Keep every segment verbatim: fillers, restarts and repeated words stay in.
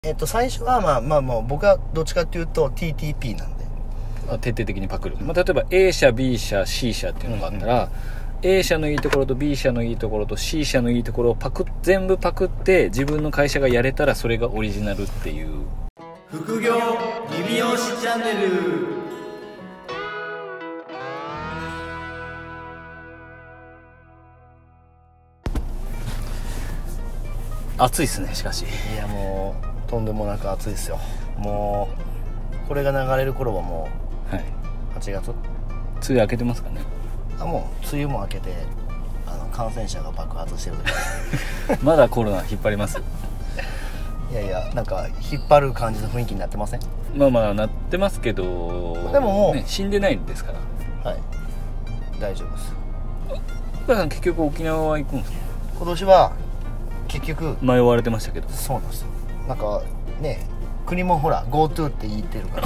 えっと最初はまあまあもう僕はどっちかっていうと ティーティーピー なんで、 あ徹底的にパクる、まあ、例えば A 社 B 社 C 社っていうのがあったら、うんうん、A 社のいいところと B 社のいいところと C 社のいいところをパク全部パクって自分の会社がやれたらそれがオリジナルっていう。 副業リビオシチャンネル。 暑いっすね。しかしいやもうとんでもなく暑いですよ。もうこれが流れる頃はもう、はい、はちがつ、梅雨明けてますかね。 あもう梅雨も明けてあの感染者が爆発してるまだコロナ引っ張ります。 いやいやなんか引っ張る感じの雰囲気になってません？ まあまあなってますけど、 でももう、 ね、死んでないんですから。 はい大丈夫です。 お母さん結局沖縄は行くんですか？ 今年は結局迷われてましたけど。 そうなんですよ。なんかね国もほら GoTo って言ってるから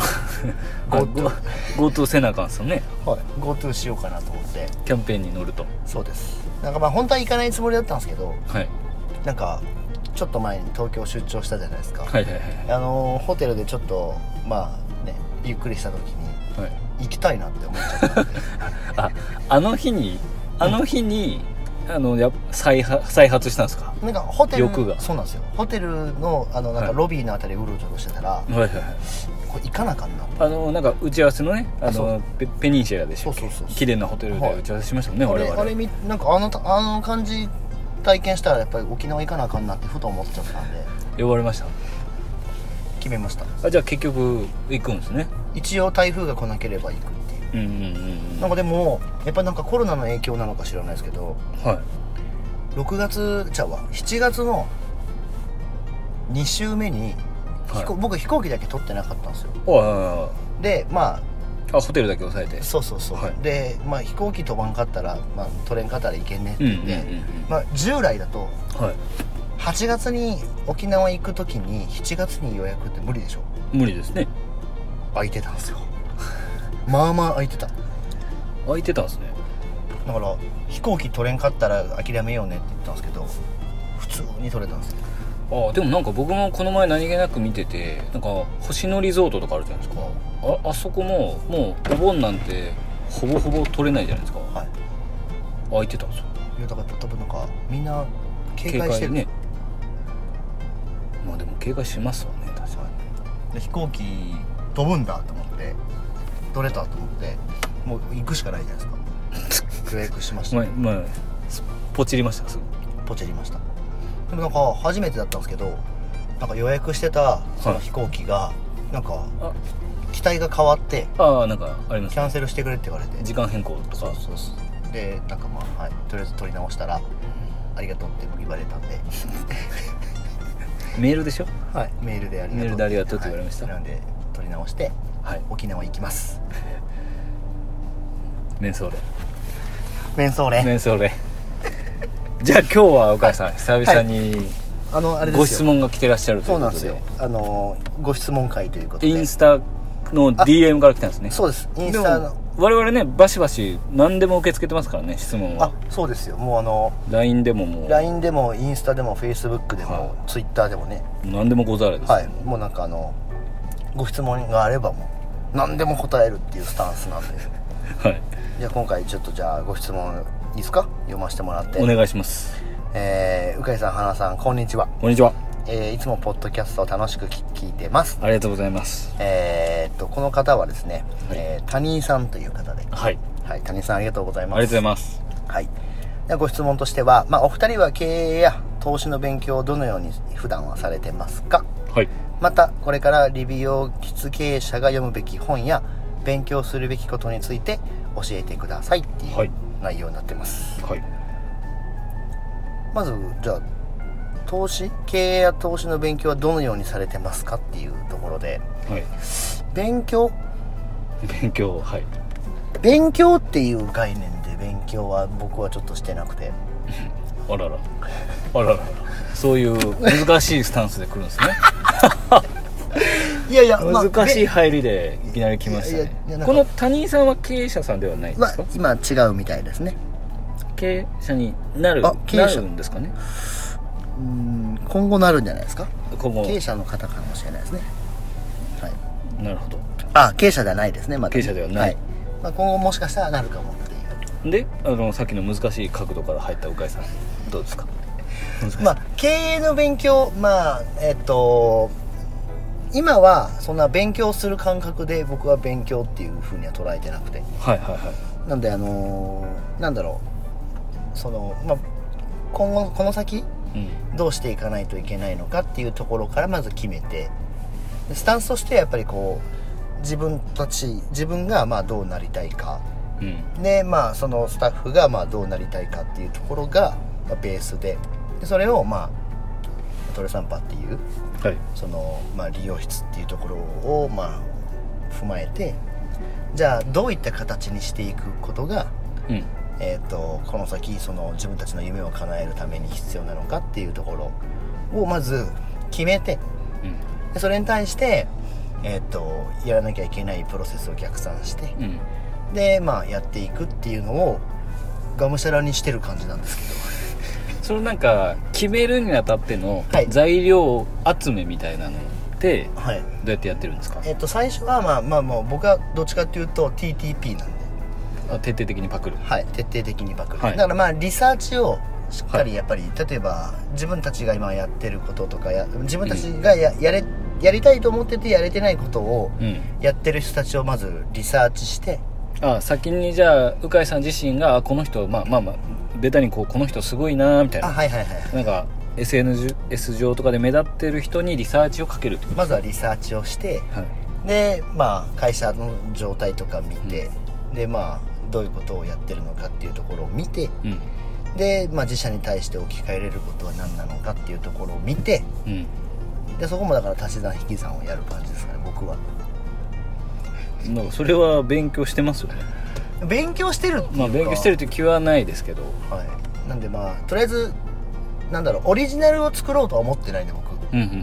GoTo GoTo せなあかんすよね。 はい GoTo しようかなと思ってキャンペーンに乗ると。 そうです。なんかまあ本当は行かないつもりだったんですけど、 はい、 なんかちょっと前に東京出張したじゃないですか。 はいはいはい。 あのホテルでちょっとまあねゆっくりした時に、はい、行きたいなって思っちゃったんでああの日にあの日に、うん、あのや再発再発したんですか？ なんかホテル欲がそうなんですよ。ホテルのあのなんかロビーのあたりうろちょろしてたら、はいはいはい、これ行かなあかんな。 あのなんか打ち合わせのねあの ペ, ペニンシュラでしょ。 そうそうそう綺麗なホテルで打ち合わせしましたもんね。 はい、 我々 あれあれなんかあのあの感じ体験したらやっぱり沖縄行かなあかんなってふと思っちゃったんで。 呼ばれました？ 決めました。 あじゃあ結局行くんですね。一応台風が来なければ行くっていう。うんうんうん。なんかでもやっぱりなんかコロナの影響なのか知らないですけど。はい。ろくがつちゃうわしちがつのに週目に、はい、僕飛行機だけ取ってなかったんですよ。はい。でまああホテルだけ抑えて。 そうそうそう、はい、で、まあ、飛行機飛ばんかったら、まあ、取れんかったらいけんねって言って、うんうんうんうん、まあ、従来だと、はい、はちがつに沖縄行く時にしちがつに予約って無理でしょ。 無理ですね。 空いてたんですよ。まあまあ空いてた空いてたんですね。 だから飛行機取れんかったら諦めようねって言ったんですけど普通に取れたんですよ。 あでもなんか僕もこの前何気なく見ててなんか星野リゾートとかあるじゃないですか。あ, あそこももうお盆なんてほぼほぼ取れないじゃないですか。はい空いてたんですよ。 いやだから多分なんかみんな警戒してるね。 まあでも警戒しますわね確かに。で飛行機飛ぶんだと思って取れたと思ってもう行くしかないじゃないですか。予約しました、ねまあまあ、ポチりましたすぐポチりました。でもなんか初めてだったんですけどなんか予約してたその飛行機がなんか機体が変わってああなんかあります、ね、 キャンセルしてくれって言われて時間変更とかそうそうそうでなんかまあ、はい、とりあえず取り直したらありがとうって言われたんでメールでしょ。 はいメールでありがとうメールでありがとうって言われました、 はい、なんで取り直して、はい、沖縄行きます。 メンソーレメンソーレメンソーレじゃあ今日はお母さん、はい、久々に、はい、あのあれですよご質問が来てらっしゃるということで。 そうなんですよ。あのご質問会ということでインスタの ディーエム から来たんですね。 そうですインスタの我々ねバシバシ何でも受け付けてますからね質問は。 あそうですよ。もうあのライン でももうライン でもインスタでも Facebook でも、はい、Twitter でもね何でもござれです、 はいもうなんかあのご質問があればもう何でも答えるっていうスタンスなんではいじゃあ今回ちょっとじゃあご質問いいですか読ませてもらって。 お願いします。 えー、うかいさん花さんこんにちは。 こんにちは。 えー、いつもポッドキャストを楽しく聞いてます。 ありがとうございます。 えー、っとこの方はですね、はいえー、谷井さんという方ではい、はい、谷井さんありがとうございます。 ありがとうございます。 はいでご質問としては、まあ、お二人は経営や投資の勉強をどのように普段はされてますか。はいまたこれから理美容室経営者が読むべき本や勉強するべきことについて教えてくださいっていう内容になってます。はいまずじゃあ投資経営や投資の勉強はどのようにされてますかっていうところで、はい、勉強勉強はい勉強っていう概念で勉強は僕はちょっとしてなくてあららあららそういう難しいスタンスで来るんですねいやいや難しい入りでいきなり来ましたね。いやいやこの谷井さんは経営者さんではないですか。 まあ、今違うみたいですね。 経営者になるあ経営者なるんですかね。 うーん今後なるんじゃないですか。 今後経営者の方かもしれないですね。はい。 なるほど。 あ、経営者ではないですね。まだ、ね、 経営者ではない。はい、 まあ、今後もしかしたらなるかもっていう。 で、あのさっきの難しい角度から入った鵜飼さんどうですか。 まあ経営の勉強、まあえっと今はそんな勉強する感覚で僕は勉強っていう風には捉えてなくて、 はいはいはい。 なんであのー、なんだろう、そのまあ今後この先、うん、どうしていかないといけないのかっていうところからまず決めて、スタンスとしてはやっぱりこう自分たち自分がまあどうなりたいか、うん、でまあそのスタッフがまあどうなりたいかっていうところがベースで、でそれをまあトレサンパっていう、はい、そのまあ理容室っていうところをまあ踏まえて、じゃあどういった形にしていくことが、うん、えー、とこの先その自分たちの夢を叶えるために必要なのかっていうところをまず決めて、うん、でそれに対して、えー、とやらなきゃいけないプロセスを逆算して、うん、でまあやっていくっていうのをがむしゃらにしてる感じなんですけどそのなんか決めるにあたっての材料集めみたいなのってどうやってやってるんですか。 はい、えっと最初はまあまあもう僕はどっちかっていうと ティーティーピー なんで、 あ徹底的にパクる。 はい、徹底的にパクる、はい、だからまあリサーチをしっかりやっぱり、はい、例えば自分たちが今やってることとかや自分たちが や,、うん、やれやりたいと思っててやれてないことをやってる人たちをまずリサーチして、 うん、あ先にじゃあ鵜飼さん自身がこの人まあまあまあベタにこうこの人すごいなみたいな、 あ、はいはいはい、 なんか エスエヌエス 上とかで目立ってる人にリサーチをかけるってこと。 まずはリサーチをして、はい、でまあ会社の状態とか見て、うん、でまあどういうことをやってるのかっていうところを見て、うん、で、まあ、自社に対して置き換えれることは何なのかっていうところを見て、うん、でそこもだから足し算引き算をやる感じですかね、僕は。 なんかそれは勉強してますよね。 勉強してるっていうか、 まあ、勉強してるって気はないですけど、 はい、なんでまあとりあえずなんだろう、オリジナルを作ろうとは思ってないんで僕、うんうんうん、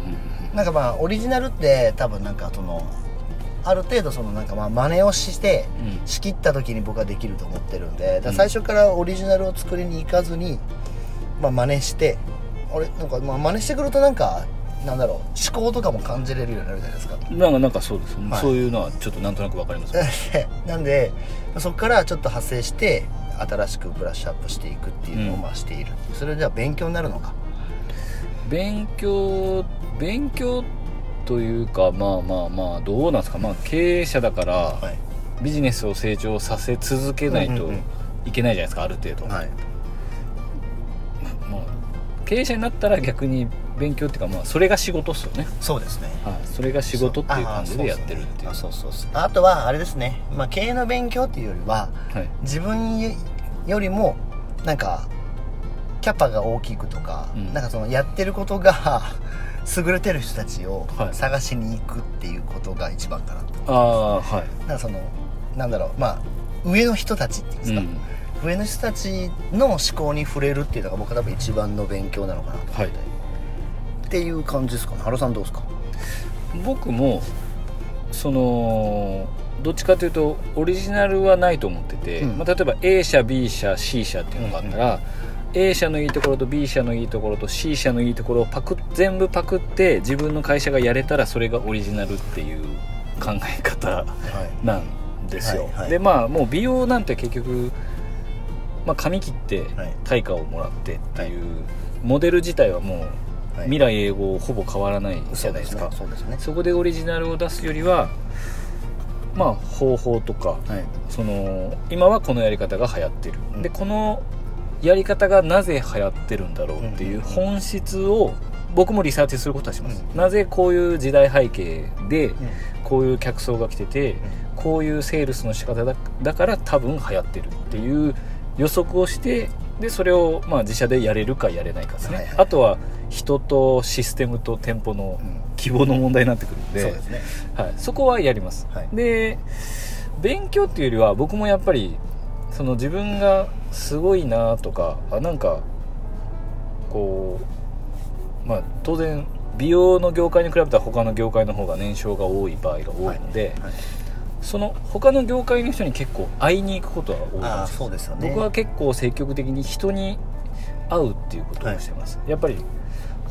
なんかまあオリジナルって多分なんかそのある程度そのなんかまあ真似をして仕切った時に僕はできると思ってるんで、だから最初からオリジナルを作りに行かずに、まあ真似して、あれなんかまあ真似してくるとなんかなんだろう、思考とかも感じれるようになるじゃないですか。 なんかなんかそうです、はい、そういうのはちょっとなんとなく分かりますなんでそこからちょっと派生して新しくブラッシュアップしていくっていうのをまあしている、うん、それじゃあ勉強になるのか。 勉強勉強というか、まあまあまあどうなんですか、まあ、経営者だから、はい、ビジネスを成長させ続けないといけないじゃないですか、ある程度、はい、まあ、経営者になったら逆に勉強っていうか、まあ、それが仕事っすよね。 そうですね、 はい、それが仕事っていう感じでやってるっていう。 あ, そうそうそう、あとはあれですね、まあ、経営の勉強っていうよりは、はい、自分よりもなんかキャパが大きくとか、うん、なんかそのやってることが優れてる人たちを探しに行くっていうことが一番かなと。 ああ、はい。 なんかそのなんだろう、まあ上の人たちっていうんですか、うん、上の人たちの思考に触れるっていうのが僕は多分一番の勉強なのかなと思って、はい、っていう感じですかね。原さんどうですか。 僕もそのどっちかというとオリジナルはないと思ってて、うん、まあ、例えば A 社 B 社 C 社っていうのがあったら、うんうん、A 社のいいところと B 社のいいところと C 社のいいところをパク全部パクって自分の会社がやれたらそれがオリジナルっていう考え方なんですよ、はいはいはい、でまあもう美容なんて結局、まあ、髪切って対価をもらってっていうモデル自体はもう未来永劫ほぼ変わらないじゃないですか、はい、そうですね、そうですね。そこでオリジナルを出すよりはまあ方法とか、はい、その今はこのやり方が流行ってる、うん、でこのやり方がなぜ流行ってるんだろうっていう本質を僕もリサーチすることはします、うん、なぜこういう時代背景でこういう客層が来てて、うん、こういうセールスの仕方だ、だから多分流行ってるっていう予測をして、でそれをまあ自社でやれるかやれないかですね、はいはいはい、あとは人とシステムと店舗の規模の問題になってくるんで、うん、そうですね、はい、そこはやります、はい、で勉強っていうよりは僕もやっぱりその自分がすごいなとか、あなんかこうまあ当然美容の業界に比べたら他の業界の方が年商が多い場合が多いので、はいはい、その他の業界の人に結構会いに行くことは多いんです。あ、そうですよね。僕は結構積極的に人に会うっていうことをしてます、はい、やっぱり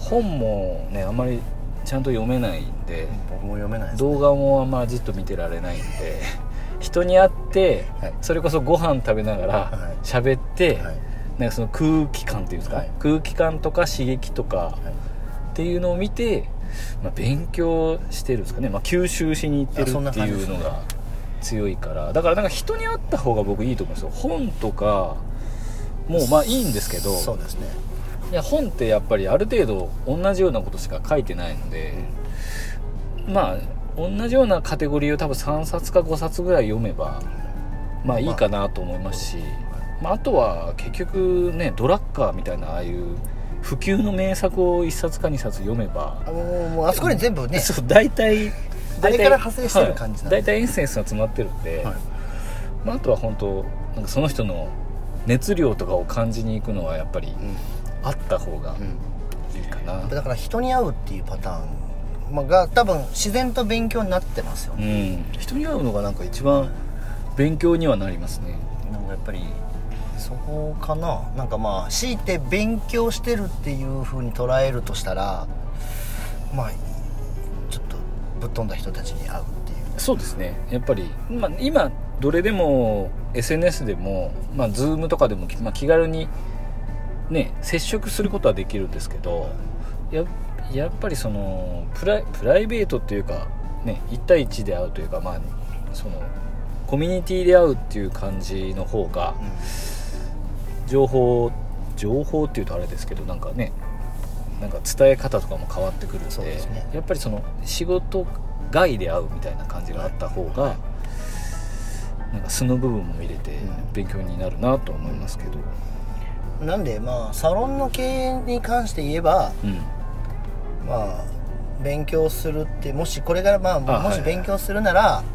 本もねあんまりちゃんと読めないんで、 僕も読めないです、ね、 動画もあんまずっと見てられないんで人に会って、はい、それこそご飯食べながら喋って、はい、なんかその空気感っていうんですか、はい、空気感とか刺激とか、はい、っていうのを見て、まあ、勉強してるんですかね、まあ、吸収しに行ってるっていうのが強いから、だからなんか人に会った方が僕いいと思うんですよ。本とかもうまあいいんですけど、 そうですね、 いや本ってやっぱりある程度同じようなことしか書いてないので、うん、まあ同じようなカテゴリーを多分さんさつかごさつぐらい読めばまあいいかなと思いますし、まあ、あとは結局ねドラッカーみたいなああいう普及の名作をいっさつかにさつ読めばあもうもうあそこに全部ね、 そう大体あれから派生してる感じなんで、 はい、大体エッセンスが詰まってるんで、はい、まあ、あとは本当なんかその人の熱量とかを感じに行くのはやっぱりあった方がいいかな、うん、 だから人に会うっていうパターンが多分自然と勉強になってますよね、 うん、人に会うのがなんか一番勉強にはなりますね。 なんかやっぱりそこかな。なんかまあ強いて勉強してるっていう風に捉えるとしたら、まあちょっとぶっ飛んだ人たちに会うっていう。 そうですね、やっぱり、まあ、今どれでも エスエヌエス でも、まあ、Zoom とかでも、まあ、気軽にね接触することはできるんですけど、や, やっぱりそのプライ、プライベートっていうかねいち対いちで会うというか、まあそのコミュニティで会うっていう感じの方が、うん、情報情報っていうとあれですけど、なんかねなんか伝え方とかも変わってくるん で, で、ね、やっぱりその仕事外で会うみたいな感じがあった方が、はい、なんか素の部分も入れて勉強になるなと思いますけど、 うん、なんでまあサロンの経営に関して言えば、うん、まあ勉強するってもしこれからまあもし勉強するなら、はい、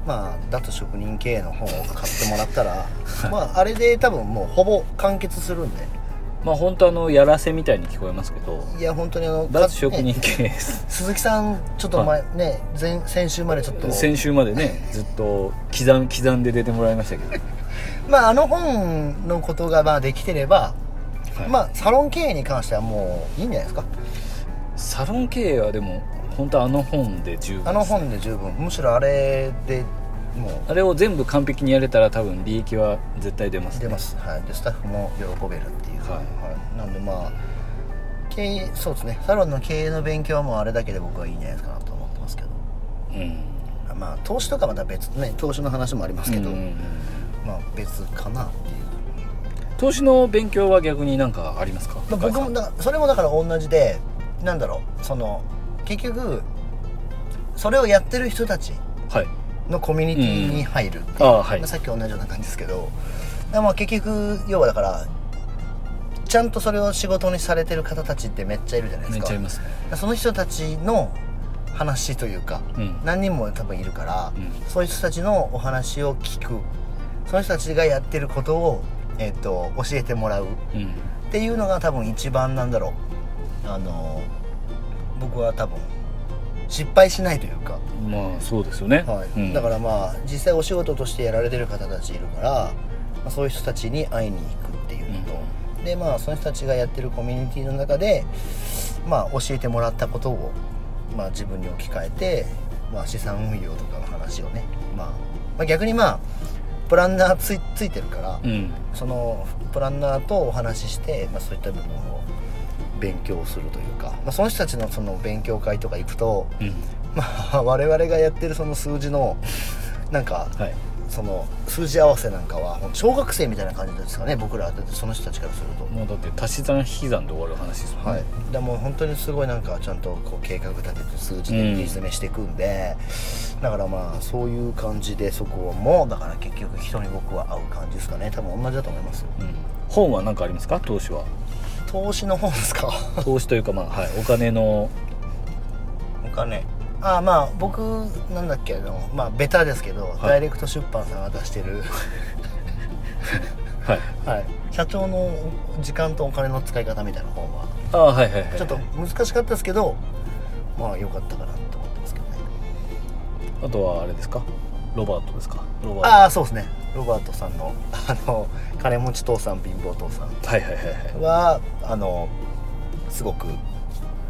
まあ脱職人経営の本を買ってもらったらまああれで多分もうほぼ完結するんで、 まあ本当あのやらせみたいに聞こえますけど、 いや本当にあの脱職人経営、ね、 鈴木さんちょっと前ね前先週までちょっと先週までねずっと刻ん刻んで出てもらいましたけどまああの本のことがまあできてれば、はい、まあサロン経営に関してはもういいんじゃないですか。 サロン経営はでも本当あの本で十分です、ね、 あの本で十分、むしろあれでもうあれを全部完璧にやれたら多分利益は絶対出ます、ね、 出ます、はい、でスタッフも喜べるっていう、はいはい、なんでまあ経営そうですね、サロンの経営の勉強はもうあれだけで僕はいいんじゃないですかなと思ってますけど、うん、まあ投資とかまた別ね、投資の話もありますけど、うん、まあ別かなっていう。 投資の勉強は逆に何かありますか？ まあ、僕もだそれもだから同じで、なんだろう、その結局それをやってる人たちのコミュニティに入るっていう、うん、あ、はい、さっき同じような感じですけど、まあ結局要はだからちゃんとそれを仕事にされてる方たちってめっちゃいるじゃないですか。 めっちゃいますね。 その人たちの話というか、うん、何人も多分いるから、うん、そういう人たちのお話を聞く、その人たちがやってることを、えー、と教えてもらう、うん、っていうのが多分一番なんだろう、あの僕は多分失敗しないというか、 まあそうですよね、 はい、うん、だからまあ実際お仕事としてやられてる方たちいるから、まあ、そういう人たちに会いに行くっていうのと、うん、でまあその人たちがやってるコミュニティの中でまあ教えてもらったことを、まあ、自分に置き換えて、まあ、資産運用とかの話をね、まあ、まあ逆にまあプランナー つ, いついてるから、うん、そのプランナーとお話しして、まあ、そういった部分を勉強するというか、まあ、その人たちのその勉強会とか行くと、うん、まあ我々がやってるその数字のなんか、はい、その数字合わせなんかは小学生みたいな感じですかね、僕らだってその人たちからすると。 もうだって足し算引き算で終わる話ですもんね、 はい、でも本当にすごいなんかちゃんとこう計画立てて数字で切り詰めしていくんで、うん、だからまあそういう感じでそこもだから結局人に僕は合う感じですかね。多分同じだと思いますよ、うん、 本は何かありますか？投資は投資の本ですか？ 投資というかまあ、はい、お金のお金ああまあ僕なんだっけのまあベタですけど、はい、ダイレクト出版さんが出してるはい、はい、社長の時間とお金の使い方みたいな本はああ、はいはいはい、 ちょっと難しかったですけどまあ良かったかなと思ってますけどね。 あとはあれですか、ロバートですか？ロバート、 ああそうですね、ロバートさんのあの金持ち父さん貧乏父さんはいはいはいはいはあのすごく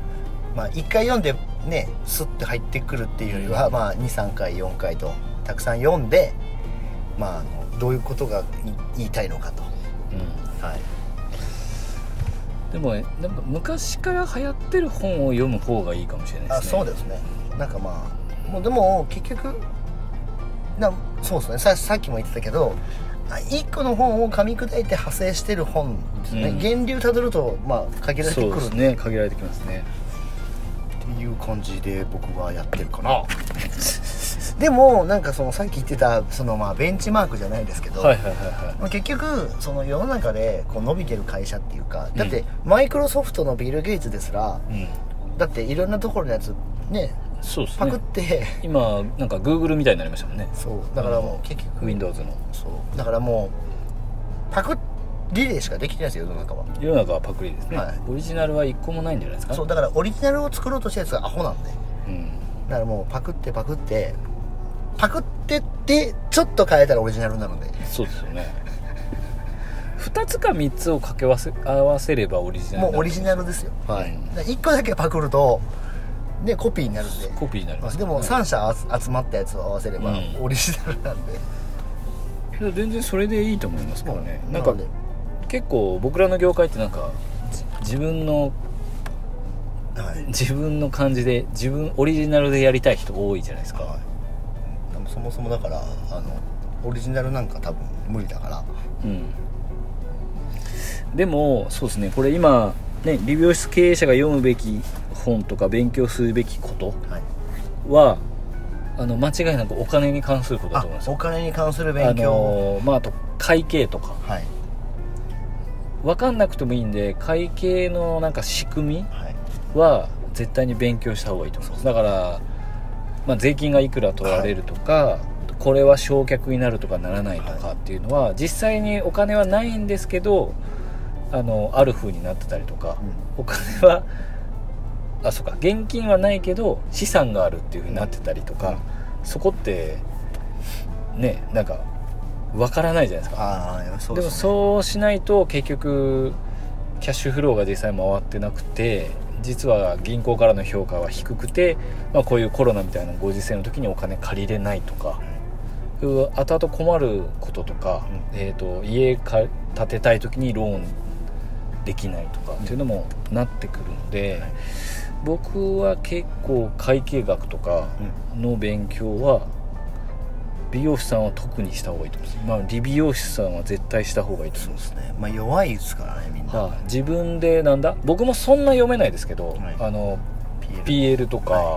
まあ、いっかい読んでねスッて入ってくるっていうよりは、うん、まあ、にさんかいよんかいとたくさん読んで、まあ、あのどういうことが言いたいのかと、うんはい、 でもなんか昔から流行ってる本を読む方がいいかもしれないですね。 あ、そうですね。なんかまあもうでも結局なそうですね さ, さっきも言ってたけどいっこの本を噛み砕いて派生してる本ですね、うん、源流たどるとまあ限られてくる。 そうですね、限られてきますねっていう感じで僕はやってるかなでもなんかそのさっき言ってたそのまあベンチマークじゃないですけど、はいはいはいはい、結局その世の中でこう伸びてる会社っていうか、だってマイクロソフトのビル・ゲイツですら、うん、だっていろんなところのやつね、 そうですね、 パクって今なんか Google みたいになりましたもんね。 そうだからもう結局 Windows のそうだからもうパクリレーしかできてないですよ世の中は。 世の中はパクリですね、はい、オリジナルはいっこもないんじゃないですか。 そうだからオリジナルを作ろうとしたやつがアホなんで、うん、だからもうパクってパクってパクってってちょっと変えたらオリジナルなので。 そうですよねふたつかみっつを掛け合わせればオリジナル。 もうオリジナルですよ、はい、いっこだけパクるとでコピーになるんで。 コピーになります、ね、 でもさん社集まったやつを合わせればオリジナルなんで、 うん、全然それでいいと思いますからね。なんか結構僕らの業界ってなんか自分の、はい、自分の感じで自分オリジナルでやりたい人多いじゃないですか、はい、 でもそもそもだからあのオリジナルなんか多分無理だから、うん、 でもそうですね、これ今ね理美容室経営者が読むべき本とか勉強するべきことは、はい、あの間違いなくお金に関することだと思います。 お金に関する勉強、 あの、まあ、あと会計とか、はい、分かんなくてもいいんで会計のなんか仕組みは絶対に勉強した方がいいと思います。だから、まあ、税金がいくら取られるとか、はい、これは償却になるとかならないとかっていうのは、はい、実際にお金はないんですけどあのある風になってたりとか、うん、お金はあそうか現金はないけど資産があるっていう風になってたりとか、うん、そこってねなんかわからないじゃないですか。あ、そうですね。でもそうしないと結局キャッシュフローが実際回ってなくて実は銀行からの評価は低くて、まあ、こういうコロナみたいなご時世の時にお金借りれないとか、うん、後々困ることとか、うんえー、と家建てたい時にローンできないとかっていうのもなってくるので、うん僕は結構会計学とかの勉強は美容師さんは特にした方がいいと思います。まあ理美容師さんは絶対した方がいいと思います。 そうですね。まあ弱いですからねみんな。 はあ、自分でなんだ僕もそんな読めないですけど、はい、あの ピーエル とか、はい、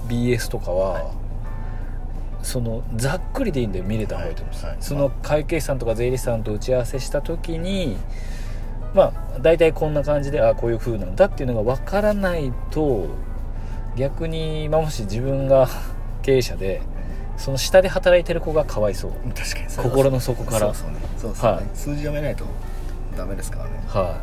ビーエス とかは、はい、そのざっくりでいいんで見れた方がいいと思います。はいはい、その会計士さんとか税理士さんと打ち合わせした時に。まあ大体こんな感じであこういう風なんだっていうのが分からないと逆に、まあ、もし自分が経営者でその下で働いてる子がかわいそう。 確かにそう心の底から。 そうそうね。そうそうね、はい、数字読めないとダメですからね。はい。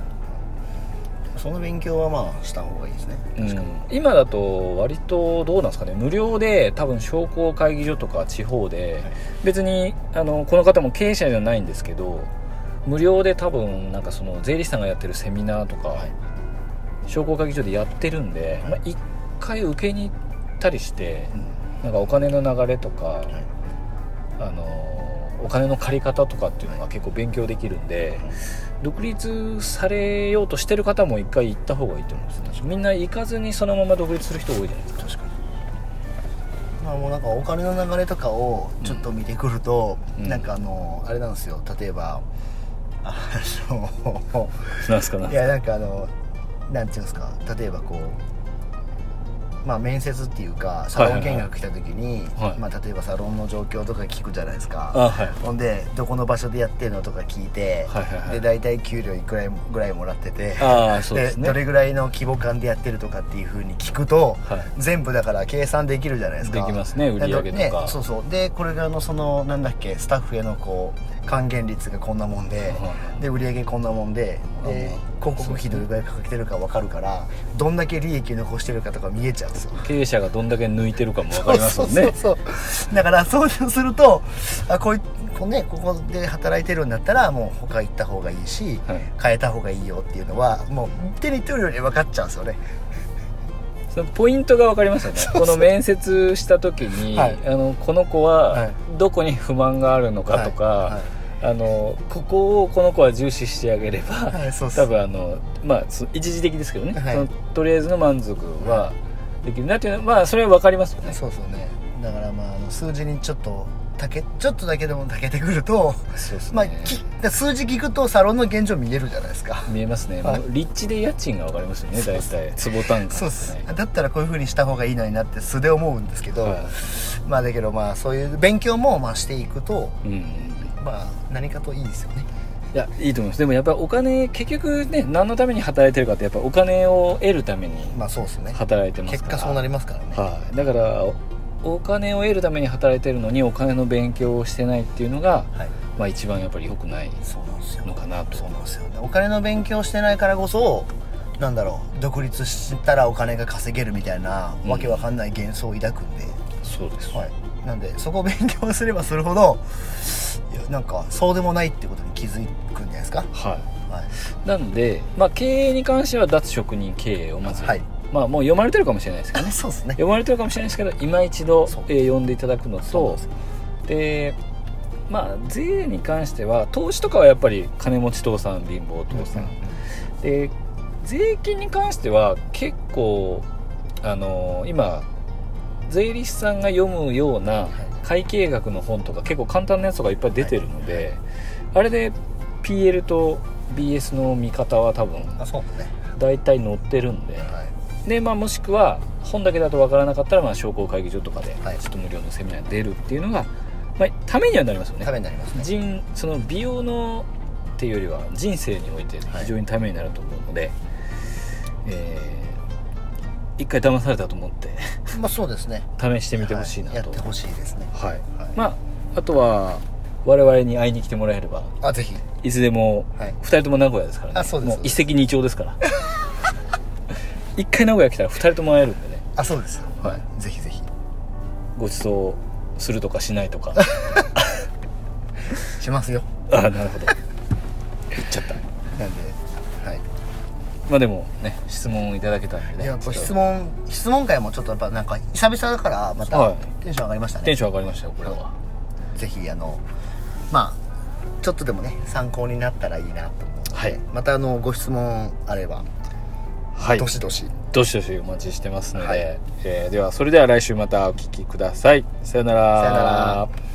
その勉強はまあした方がいいですね。確かに、うん、 今だと割とどうなんですかね無料で多分商工会議所とか地方で、はい、別にあのこの方も経営者じゃないんですけど無料で多分なんかその税理士さんがやってるセミナーとか、はい、商工会議所でやってるんで、はいまあ、一回受けに行ったりして、うん、なんかお金の流れとか、はい、あのお金の借り方とかっていうのが結構勉強できるんで、はい、独立されようとしてる方も一回行った方がいいと思うんですね。みんな行かずにそのまま独立する人多いじゃないですか。確かに。 まあもうなんかお金の流れとかをちょっと見てくると、うん、なんかあのあれなんですよ。例えばあのなんすかなんすかいやなんかあのなんていうんですか例えばこうまあ面接っていうかサロン見学来た時に、はいはいまあ、例えばサロンの状況とか聞くじゃないですか、はい、ほんでどこの場所でやってるのとか聞いて、はいはいはい、で大体給料いくらいぐらいもらっててあそうです、ね、でどれぐらいの規模感でやってるとかっていう風に聞くと、はい、全部だから計算できるじゃないですか。 できますね売り上げとか、 ね、そうそうでこれがあのそのなんだっけスタッフへのこう還元率がこんなもんで、はい、で売り上げこんなもんでで広告費どれぐらいかけてるか分かるからどんだけ利益残してるかとか見えちゃうんですよ。 経営者がどんだけ抜いてるかも分かりますもんね。そうそうそうそうだからそうするとあこういうこう、ね、ここで働いてるんだったらもう他行った方がいいし、はい、変えた方がいいよっていうのはもう手に取るより分かっちゃうんですよね。 そのポイントが分かりますよね。この面接した時に、はい、あのこの子はどこに不満があるのかとか、はいはい、あのここをこの子は重視してあげれば、はい、そう多分あの、まあ、一時的ですけどね、はい、そのとりあえずの満足はできるなっていうのは、まあ、それは分かりますよね。 そうそうね。だからまああの数字にちょっとたけちょっとだけでもたけてくると、そうですね、まあ、き数字聞くとサロンの現状見えるじゃないですか。 見えますね、はい、もう立地で家賃が分かりますよね。大体坪単価、ね、 そうですだったらこういう風にした方がいいのになって素で思うんですけど、はい、まあだけどまあそういう勉強もまあしていくと、うん、まあ何かといいですよね。 いやいいと思います。でもやっぱりお金結局ね、何のために働いてるかってやっぱお金を得るために働いてますから、 結果そうなりますからね、 はい、だからお金を得るために働いてるのにお金の勉強をしてないっていうのが、はい、まあ一番やっぱり良くないのかなと。 そうなんですよね。お金の勉強してないからこそなんだろう、独立したらお金が稼げるみたいな、うん、わけわかんない幻想を抱くんで。 そうです、はい、 なんでそこを勉強すればするほどいやなんかそうでもないってことに気づくんじゃないですか。はい、 はい、なんで、まあ、経営に関しては脱職人経営をまず、はい、まあもう読まれてるかもしれないですけどね。 そうですね。 読まれてるかもしれないですけど、今一度、えー、読んでいただくのと、で、まあ税に関しては投資とかはやっぱり金持ち父さん貧乏父さん、うんうんうん、で税金に関しては結構あのー、今税理士さんが読むような会計学の本とか結構簡単なやつがいっぱい出てるので、はい、あれで ピーエル と ビーエス の見方は多分大体載ってるんで、はい、でまあ、もしくは本だけだと分からなかったら、まあ、商工会議所とかでちょっと無料のセミナーに出るっていうのが、まあ、ためにはなりますよね。 ためになりますね。 人その美容のっていうよりは人生において非常にためになると思うので、はい、えー一回騙されたと思ってまあそうですね、 試してみてほしいなと、 はい、やってほしいですね。 はい、はい、まああとは我々に会いに来てもらえれば、 あぜひいつでも、はい、ふたりとも名古屋ですからね。 あそうです。 もう一石二鳥ですから一回名古屋来たらふたりとも会えるんでね。 あそうですよ、はい、ぜひぜひご馳走するとかしないとかしますよ。 あなるほど言っちゃった。 なんでまあでもね、質問いただけたんでね。 いや質問質問会もちょっとやっぱなんか久々だからまたテンション上がりましたね。 テンション上がりましたよこれは。 ぜひあのまあちょっとでもね参考になったらいいなと思うので、はい、またあのご質問あれば、はい、どしどしどしどしお待ちしてますので、はい、えー、ではそれでは来週またお聞きください。さよなら。 さよなら。